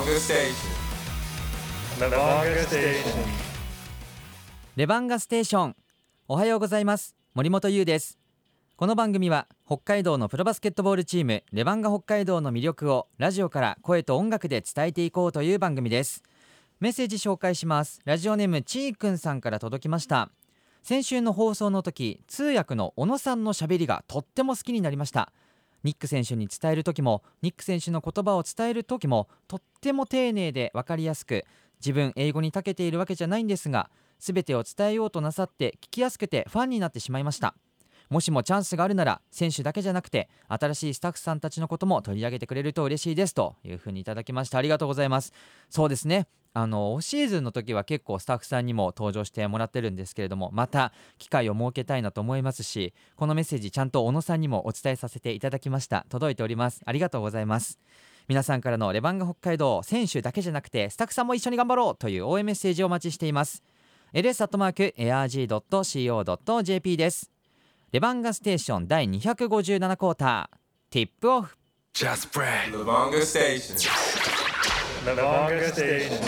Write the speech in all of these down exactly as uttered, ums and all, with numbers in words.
Levanga Station. Levanga Station. レバンガステーション。おはようございます。森本優です。この番組は北海道のプロバスケットボールチームレバンガ北海道の魅力をラジオから声と音楽で伝えていこうという番組です。メッセージ紹介します。ラジオネームちーくんさんから届きました。先週の放送の時、通訳の小野さんの喋りがとっても好きになりました。ニック選手に伝える時も、ニック選手の言葉を伝える時もとっても丁寧で分かりやすく、自分英語に長けているわけじゃないんですが、全てを伝えようとなさって聞きやすくてファンになってしまいました。もしもチャンスがあるなら選手だけじゃなくて新しいスタッフさんたちのことも取り上げてくれると嬉しいですというふうにいただきました。ありがとうございます。そうですね、あのオフシーズンの時は結構スタッフさんにも登場してもらってるんですけれども、また機会を設けたいなと思いますし、このメッセージちゃんと小野さんにもお伝えさせていただきました。届いております。ありがとうございます。皆さんからのレバンガ北海道、選手だけじゃなくてスタッフさんも一緒に頑張ろうという応援メッセージをお待ちしています。 エルエス アットマーク エアージー ドット シーオー ドット ジェーピー です。レバンガステーションだいにひゃくごじゅうななクォーター、ティップオフ。 Just pray. Levanga Station. Levanga Station.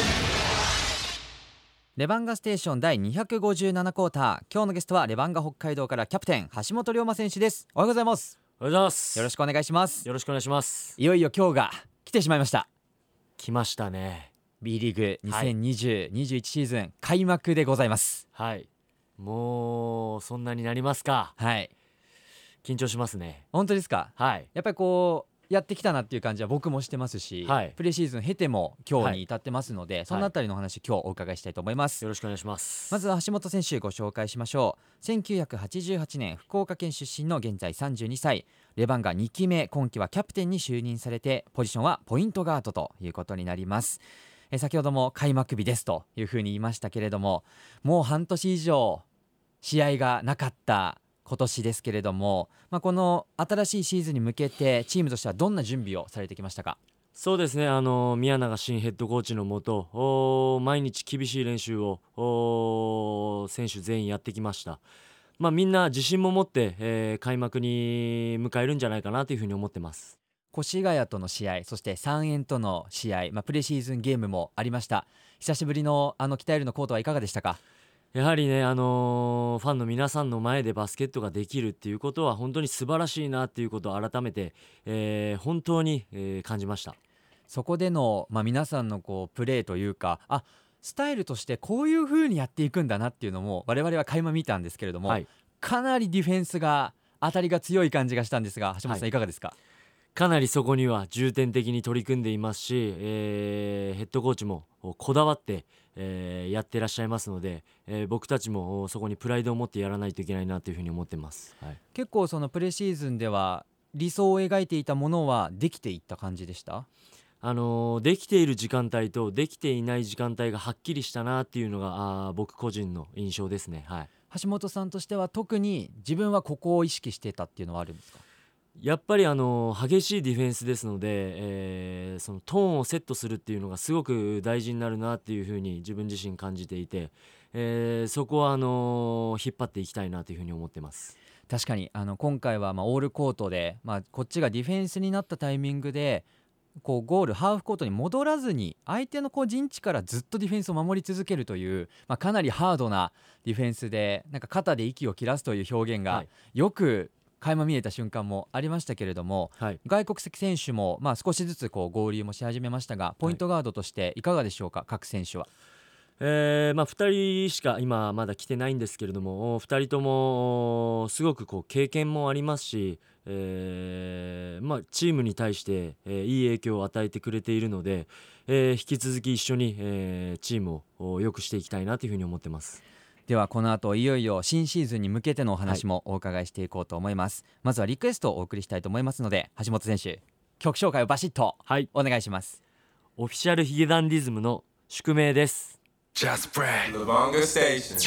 レバンガステーションだいにひゃくごじゅうななクォーター、今日のゲストはレバンガ北海道からキャプテン橋本龍馬選手です。おはようございます。 おはようございます。 よろしくお願いします。 よろしくお願いします。 いよいよ今日が来てしまいました。 来ましたね。 B リーグにせんにじゅう、にじゅういちシーズン開幕でございます。 はい、もうそんなになりますか。 はい、 緊張しますね。 本当ですか。 はい、 やっぱりこうやってきたなっていう感じは僕もしてますし、 はい、 プレシーズン経ても今日に至ってますので、はい、そのあたりの話、はい、今日お伺いしたいと思います。 よろしくお願いします。 まずは橋本選手ご紹介しましょう。せんきゅうひゃくはちじゅうはちねん福岡県出身の現在さんじゅうにさい、レバンガにきめ、今季はキャプテンに就任されて、ポジションはポイントガードということになります。え先ほども開幕日ですというふうに言いましたけれども、もう半年以上試合がなかった今年ですけれども、まあ、この新しいシーズンに向けてチームとしてはどんな準備をされてきましたか。 そうですね、あの宮永新ヘッドコーチのもと、毎日厳しい練習を選手全員やってきました。まあ、みんな自信も持って、えー、開幕に迎えるんじゃないかなというふうに思ってます。 越谷との試合、そして三円との試合、まあ、プレシーズンゲームもありました。久しぶりのあの北エルのコートはいかがでしたか。 やはりね、あのー、ファンの皆さんの前でバスケットができるっていうことは本当に素晴らしいなっていうことを改めて、えー、本当に、えー、感じました。 そこでの、まあ、皆さんのこうプレーというか、あ、スタイルとしてこういう風にやっていくんだなっていうのも我々は垣間見たんですけれども、はい、かなりディフェンスが当たりが強い感じがしたんですが、橋本さん、はい、いかがですか。 かなりそこには重点的に取り組んでいますし、えー、ヘッドコーチもこだわって、えー、やってらっしゃいますので、えー、僕たちもそこにプライドを持ってやらないといけないなというふうに思ってます。はい、 結構そのプレシーズンでは理想を描いていたものはできていった感じでした。 あのー、できている時間帯とできていない時間帯がはっきりしたなっていうのがあ僕個人の印象ですね。はい、 橋本さんとしては特に自分はここを意識してたっていうのはあるんですか。 やっぱりあの激しいディフェンスですので、えー、そのトーンをセットするっていうのがすごく大事になるなっていうふうに自分自身感じていて、えー、そこはあの引っ張っていきたいなというふうに思ってます。 確かにあの今回はまあオールコートで、まあ、こっちがディフェンスになったタイミングでこうゴールハーフコートに戻らずに相手のこう陣地からずっとディフェンスを守り続けるという、まあ、かなりハードなディフェンスで、なんか肩で息を切らすという表現がよく垣間見えた瞬間もありましたけれども、はい、外国籍選手もまあ少しずつこう合流もし始めましたが、ポイントガードとしていかがでしょうか、はい、各選手は。 えーまあ、ふたりしか今まだ来てないんですけれども、ふたりともすごくこう経験もありますし、えーまあ、チームに対して、えー、いい影響を与えてくれているので、えー、引き続き一緒に、えー、チームを良くしていきたいなというふうに思ってます。 ではこの後いよいよ新シーズンに向けてのお話もお伺いしていこうと思います。はい、まずはリクエストをお送りしたいと思いますので、橋本選手、曲紹介をバシッとお願いします。 はい、オフィシャルヒゲダンディズムの宿命です。 Just pray. Levanga Station.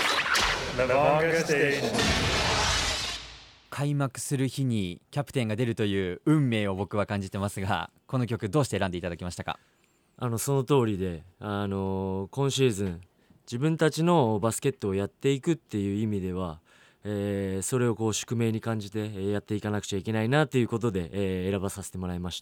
Levanga Station. 開幕する日にキャプテンが出るという運命を僕は感じてますが、この曲どうして選んでいただきましたか。 あのその通りで、あのー、今シーズン自分たちのバスケットをやっていくっていう意味では、えー、それをこう宿命に感じてやっていかなくちゃいけないなということで、えー、選ばさせてもらいました。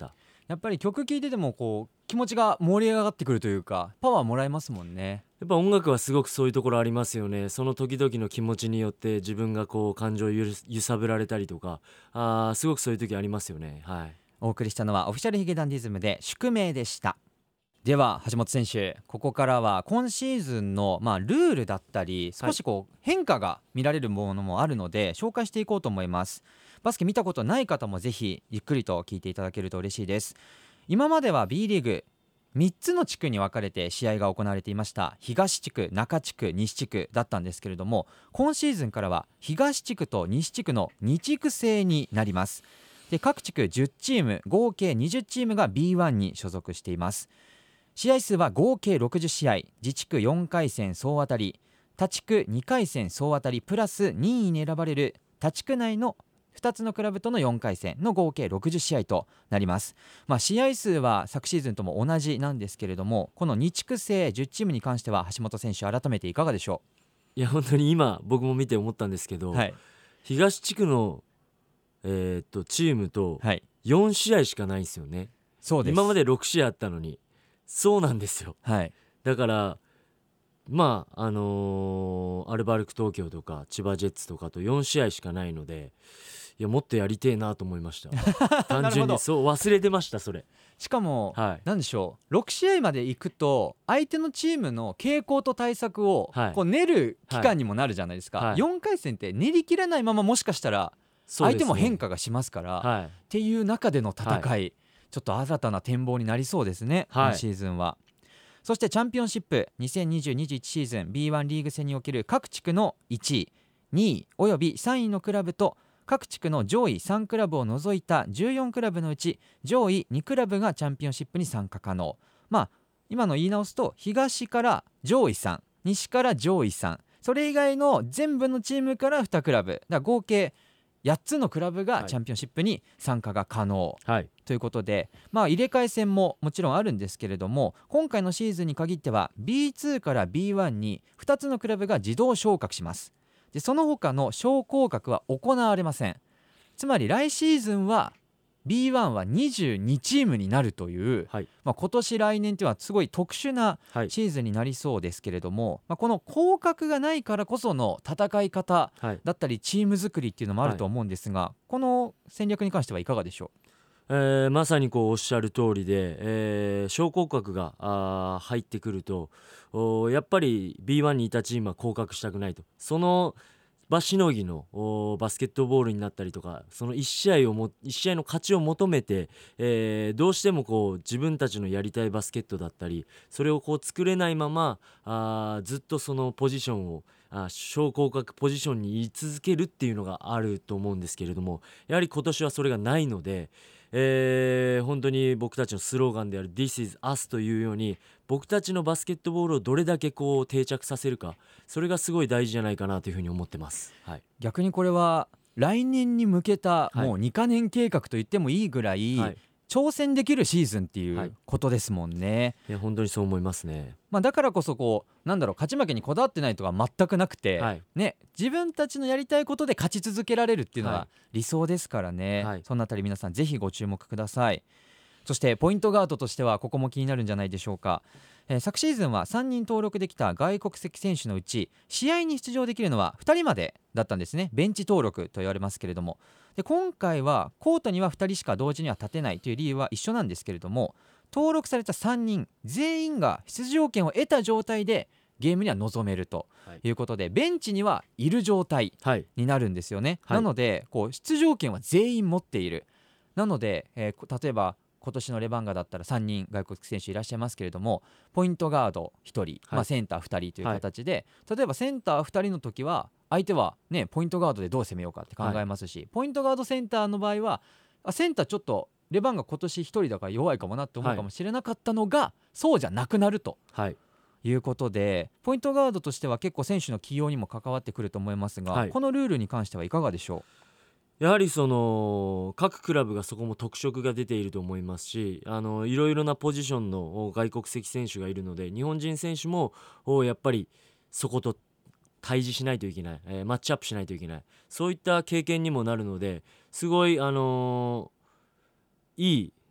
やっぱり曲聴いててもこう気持ちが盛り上がってくるというかパワーもらえますもんね。 やっぱ音楽はすごくそういうところありますよね。その時々の気持ちによって自分がこう感情をゆる揺さぶられたりとか、あーすごくそういう時ありますよね。はい。 お送りしたのはオフィシャルヒゲダンディズムで宿命でした。では橋本選手、ここからは今シーズンのまあルールだったり少しこう変化が見られるものもあるので紹介していこうと思います。バスケ見たことない方もぜひゆっくりと聞いていただけると嬉しいです。今までは B リーグみっつの地区に分かれて試合が行われていました。東地区、中地区、西地区だったんですけれども、今シーズンからは東地区と西地区のに地区制になります。で各地区じゅっチーム合計にじゅうチームが ビーワン に所属しています。試合数は合計ろくじゅう試合、自地区よんかい戦総当たり、他地区にかい戦総当たりプラス任意に選ばれる他地区内のふたつのクラブとのよんかい戦の合計ろくじゅう試合となります。まあ、試合数は昨シーズンとも同じなんですけれども、このに地区制じゅうチームに関しては橋本選手改めていかがでしょいや本当に今僕も見て思ったんですけど、 う。はい、 東地区の、えーっとチームとはい、 よん試合しかないんですよね。 そうです。 今までろく試合あったのに。そうなんですよ。 はい、 だからまああのーアルバルク東京とか千葉ジェッツとかとよん試合しかないので、いやもっとやりてえなと思いました単純にそう忘れてましたそれ。 しかも、 はい、 なんでしょう、ろく試合まで行くと相手のチームの傾向と対策をはいこう練る期間にもなるじゃないですか、 はいよんかい戦って練りきらないままもしかしたら相手も変化がしますから、 はい、 っていう中での戦い、はい、ちょっと新たな展望になりそうですね、 はい、 今シーズンは。そしてチャンピオンシップにせんにじゅうにじゅういちシーズン ビーワン リーグ戦における各地区のいちい、にいおよびさんいのクラブと各地区の上位さんクラブを除いたじゅうよんクラブのうち上位にクラブがチャンピオンシップに参加可能。まあ今の言い直すと東から上位さん、西から上位さん、それ以外の全部のチームからにクラブだから合計やっつのクラブがチャンピオンシップに参加が可能、はい、ということで、まあ、入れ替え戦ももちろんあるんですけれども、今回のシーズンに限っては ビーツー から ビーワン にふたつのクラブが自動昇格します。でその他の昇降格は行われません。つまり来シーズンは ビーワン はにじゅうにチームになるという、はい、まあ、今年来年というのはすごい特殊なシーズンになりそうですけれども、はい、まあ、この降格がないからこその戦い方だったりチーム作りっていうのもあると思うんですが、はい、この戦略に関してはいかがでしょう。 えー、まさにこうおっしゃる通りで、えー、昇降格があ入ってくるとやっぱり ビーワン にいたチームは降格したくないと、その場しのぎのバスケットボールになったりとか、そのいち試合をもいち試合の勝ちを求めて、えー、どうしてもこう自分たちのやりたいバスケットだったりそれをこう作れないままあずっとそのポジションをあ昇降格ポジションに居続けるっていうのがあると思うんですけれども、やはり今年はそれがないので、えー、本当に僕たちのスローガンである This is us というように僕たちのバスケットボールをどれだけこう定着させるか、それがすごい大事じゃないかなというふうに思ってます、はい、 逆にこれは来年に向けたもうにかねん計画と言ってもいいぐらい、はい、挑戦できるシーズンっていうことですもんね、 はい、いや本当にそう思いますね。 まあ、だからこそこうなんだろう勝ち負けにこだわってないとか全くなくて、はいね、自分たちのやりたいことで勝ち続けられるっていうのは理想ですからね、はい、そのあたり皆さんぜひご注目ください。そしてポイントガードとしてはここも気になるんじゃないでしょうか。えー、昨シーズンはさんにん登録できた外国籍選手のうち試合に出場できるのはふたりまでだったんですね。ベンチ登録と言われますけれども、で今回はコートにはふたりしか同時には立てないという理由は一緒なんですけれども、登録されたさんにん全員が出場権を得た状態でゲームには臨めるということで、はい、ベンチにはいる状態になるんですよね、はい、なのでこう出場権は全員持っている。なので、えー、例えば今年のレバンガだったらさんにん外国選手いらっしゃいますけれども、ポイントガードひとり、はい、まあ、センターふたりという形で、はい、例えばセンターふたりの時は相手は、ね、ポイントガードでどう攻めようかって考えますし、はい、ポイントガードセンターの場合はあセンターちょっとレバンガ今年ひとりだから弱いかもなって思うかもしれなかったのが、はい、そうじゃなくなると、はい、いうことでポイントガードとしては結構選手の起用にも関わってくると思いますが、はい、このルールに関してはいかがでしょう。 やはりその各クラブがそこも特色が出ていると思いますし、あのいろいろなポジションの外国籍選手がいるので、日本人選手もやっぱりそこと対峙しないといけない、えー、マッチアップしないといけない、そういった経験にもなるので、すごい、あのー、いい、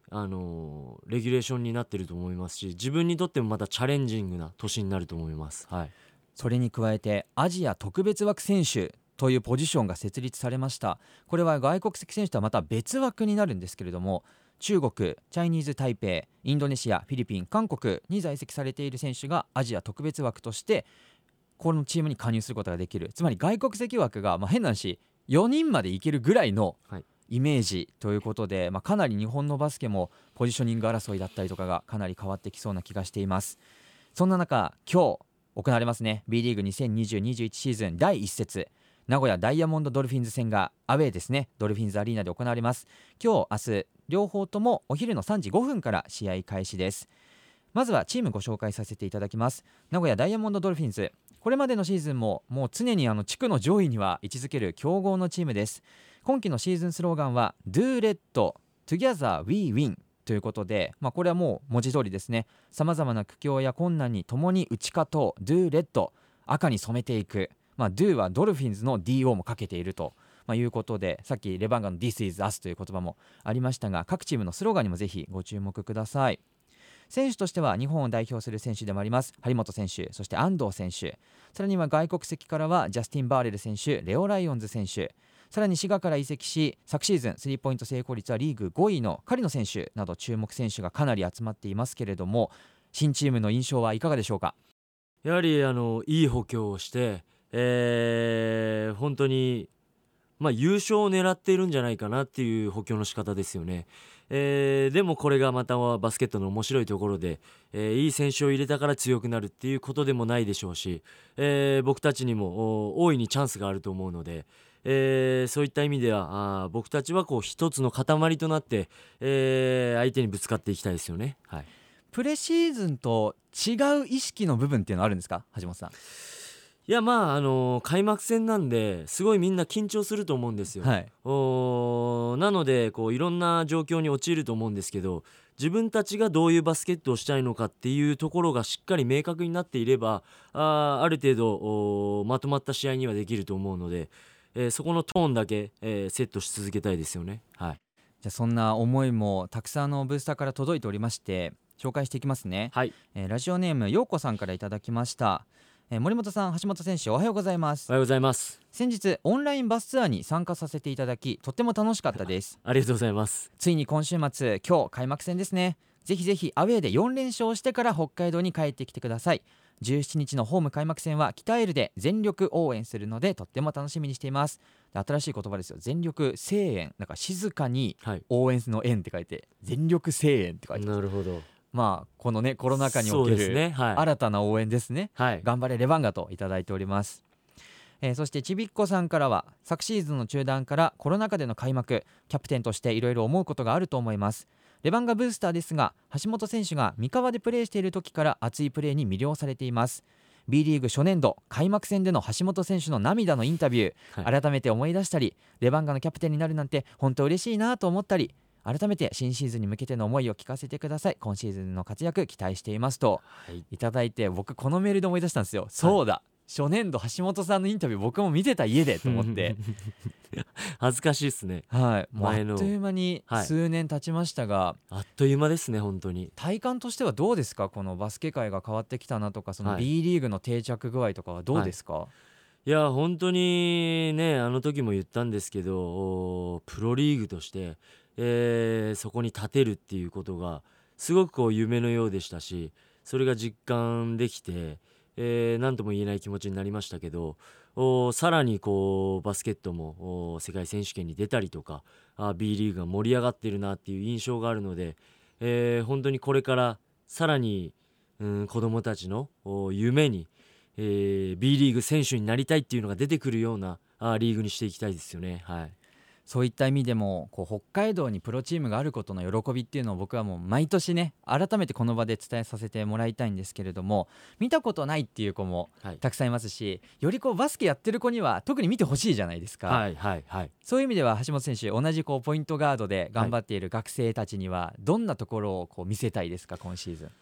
あのーレギュレーションになってると思いますし、自分にとってもまたチャレンジングな年になると思います。はい、 それに加えてアジア特別枠選手というポジションが設立されました。これは外国籍選手とはまた別枠になるんですけれども、中国、チャイニーズ台北、インドネシア、フィリピン、韓国に在籍されている選手がアジア特別枠としてこのチームに加入することができる。つまり外国籍枠が、まあ、変な話よにんまでいけるぐらいのイメージということで、まあ、かなり日本のバスケもポジショニング争いだったりとかがかなり変わってきそうな気がしています。そんな中、今日行われますね B リーグ にせんにじゅうにじゅういち シーズンだいいっ節、名古屋ダイヤモンドドルフィンズ戦がアウェーですね、ドルフィンズアリーナで行われます。今日明日両方ともお昼のさんじごふんから試合開始です。まずはチームご紹介させていただきます。名古屋ダイヤモンドドルフィンズ、これまでのシーズンももう常にあの地区の上位には位置づける強豪のチームです。今季のシーズンスローガンは Do Let Together We Win ということで、まあ、これはもう文字通りですね、さまざまな苦境や困難に共に打ち勝とう Do Let、 赤に染めていく、まあ、Do はドルフィンズの ディーオー もかけていると、まあ、いうことで、さっきレバンガの This is us という言葉もありましたが、各チームのスローガンにもぜひご注目ください。選手としては日本を代表する選手でもあります張本選手、そして安藤選手、さらには外国籍からはジャスティン・バーレル選手、レオライオンズ選手、さらに滋賀から移籍し昨シーズンスリーポイント成功率はリーグごいの狩野選手など注目選手がかなり集まっていますけれども、新チームの印象はいかがでしょうか。 やはりあのいい補強をして、えー本当にまあ、優勝を狙っているんじゃないかなっていう補強の仕方ですよね。えーでもこれがまたバスケットの面白いところで、えーいい選手を入れたから強くなるっていうことでもないでしょうし、えー僕たちにもお大いにチャンスがあると思うので、えーそういった意味ではあー僕たちはこう一つの塊となって、えー相手にぶつかっていきたいですよね。はい、 プレシーズンと違う意識の部分っていうのはあるんですか、橋本さん。 いやまああの開幕戦なんですごいみんな緊張すると思うんですよ。 はい、 おーなのでこういろんな状況に陥ると思うんですけど、自分たちがどういうバスケットをしたいのかっていうところがしっかり明確になっていれば、あーある程度おーまとまった試合にはできると思うので、えーそこのトーンだけ、えーセットし続けたいですよね。はい、 じゃあそんな思いもたくさんのブースターから届いておりまして紹介していきますね。 はい、 えーラジオネームようこさんからいただきました。えー森本さん、橋本選手、おはようございます。 おはようございます。 先日オンラインバスツアーに参加させていただきとっても楽しかったです。 ありがとうございます。 ついに今週末、今日開幕戦ですね。ぜひぜひアウェーでよん連勝してから北海道に帰ってきてください。じゅうしちにちのホーム開幕戦は北エルで全力応援するのでとっても楽しみにしています。で新しい言葉ですよ、全力声援、なんか静かにはい応援の援って書いて全力声援って書いてます。 なるほど。 まあこのねコロナ禍におけそうでするね。はい、 新たな応援ですね。 はい、 頑張れレバンガといただいております。えーそしてちびっこさんからは、昨シーズンの中断からコロナ禍での開幕、キャプテンとしていろいろ思うことがあると思います。レバンガブースターですが、橋本選手が三河でプレーしている時から熱いプレーに魅了されています。 B リーグ初年度開幕戦での橋本選手の涙のインタビュー、 はい改めて思い出したり、レバンガのキャプテンになるなんて本当嬉しいなと思ったり、改めて新シーズンに向けての思いを聞かせてください。今シーズンの活躍期待していますとはい、 いただいて、僕このメールで思い出したんですよ。そうだ、初年度橋本さんのインタビュー僕も見てた家でと思って恥ずかしいですね。 はい、もうあ前のっという間に数年経ちましたが、 あっという間ですね本当に。 体感としてはどうですか、このバスケ界が変わってきたなとか、そのはい B リーグの定着具合とかはどうですか。 いや本当にね、あの時も言ったんですけど、おプロリーグとして、えーそこに立てるっていうことがすごくこう夢のようでしたし、それが実感できて、えー、何とも言えない気持ちになりましたけど、おさらにこうバスケットもお世界選手権に出たりとか、あ B リーグが盛り上がってるなっていう印象があるので、えー本当にこれからさらに、うん、子どもたちのお夢に、えー B リーグ選手になりたいっていうのが出てくるようなあリーグにしていきたいですよね。はい、 そういった意味でもこう北海道にプロチームがあることの喜びっていうのを僕はもう毎年ね改めてこの場で伝えさせてもらいたいんですけれども、見たことないっていう子もはいたくさんいますし、よりこうバスケやってる子には特に見てほしいじゃないですか。 はいはいはい。 そういう意味では橋本選手、同じこうポイントガードで頑張っている学生たちにはどんなところをこう見せたいですか、今シーズン。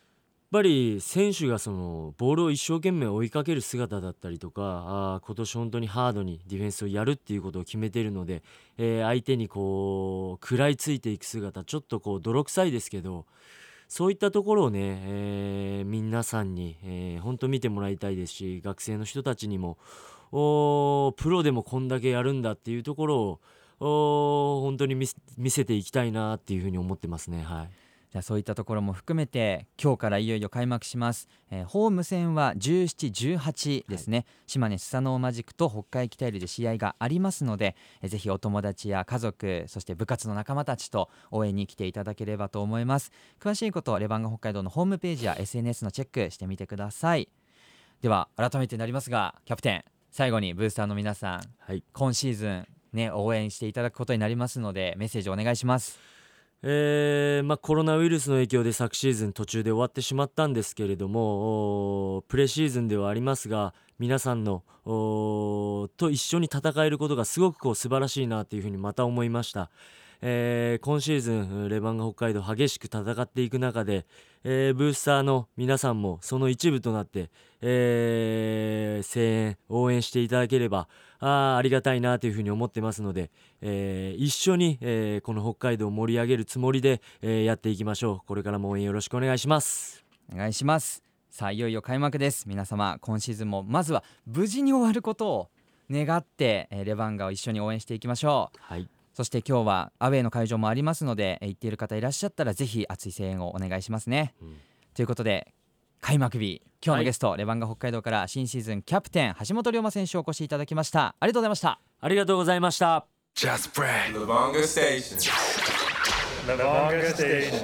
ぱり選手がそのボールを一生懸命追いかける姿だったりとか、あ今年本当にハードにディフェンスをやるっていうことを決めているので、えー、相手にこう食らいついていく姿、ちょっとこう泥臭いですけど、そういったところをね、えー、皆さんに、えー、本当見てもらいたいですし、学生の人たちにもおプロでもこんだけやるんだっていうところをお本当に 見, 見せていきたいなっていうふうに思ってますね。はい。 じゃあそういったところも含めて今日からいよいよ開幕します、えー、ホーム戦はじゅうなな、じゅうはちですね、はい、島根スサノオマジックと北海北エルで試合がありますので、えー、ぜひお友達や家族、そして部活の仲間たちと応援に来ていただければと思います。詳しいことレバンガ北海道のホームページや エスエヌエス のチェックしてみてください。では改めてになりますが、キャプテン、最後にブースターの皆さん、はい、今シーズン、ね、応援していただくことになりますのでメッセージお願いします。 えーまあ、コロナウイルスの影響で昨シーズン途中で終わってしまったんですけれども、プレシーズンではありますが、皆さんのと一緒に戦えることがすごくこう素晴らしいなというふうにまた思いました。えー、今シーズンレバンガ北海道激しく戦っていく中で、えー、ブースターの皆さんもその一部となって、えー、声援応援していただければ あ, ありがたいなというふうに思ってますので、えー、一緒に、えー、この北海道を盛り上げるつもりで、えー、やっていきましょう。これからも応援よろしくお願いします。 お願いします。さあいよいよ開幕です。皆様今シーズンもまずは無事に終わることを願って、えー、レバンガを一緒に応援していきましょう。 はい。 そして今日はアウェーの会場もありますので、行っている方いらっしゃったらぜひ熱い声援をお願いしますね、うん、ということで開幕日、今日のゲスト、はい、レバンガ北海道から新シーズンキャプテン橋本龍馬選手をお越しいただきました。ありがとうございました。 ありがとうございました。 Just Brad Levanga Station レバンガステーション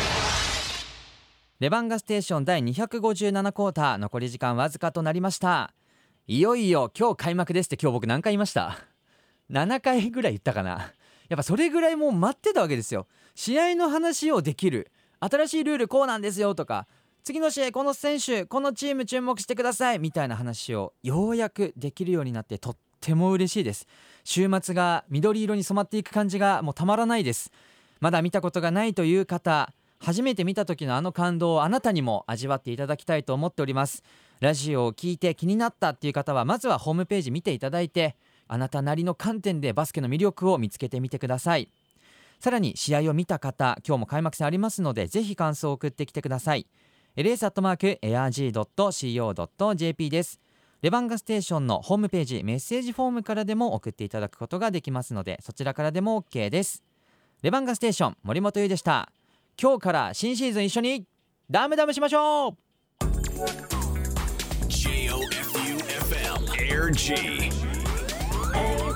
レバンガステーション第にひゃくごじゅうななクォーター、残り時間わずかとなりました。いよいよ今日開幕ですって、今日僕何回言いました？ななかいぐらい言ったかな。やっぱそれぐらいもう待ってたわけですよ。試合の話をできる、新しいルールこうなんですよとか、次の試合この選手このチーム注目してくださいみたいな話をようやくできるようになってとっても嬉しいです。週末が緑色に染まっていく感じがもうたまらないです。まだ見たことがないという方、初めて見た時のあの感動をあなたにも味わっていただきたいと思っております。ラジオを聞いて気になったっていう方はまずはホームページ見ていただいて、あなたなりの観点でバスケの魅力を見つけてみてください。さらに試合を見た方、今日も開幕戦ありますのでぜひ感想を送ってきてください。 エルエス アットマーク エアージー ドット シーオー ドット ジェーピー です。レバンガステーションのホームページメッセージフォームからでも送っていただくことができますので、そちらからでも OK です。レバンガステーション森本優でした。今日から新シーズン一緒にダムダムしましょう。 ジェイオーエフユーエフエム エーアールジー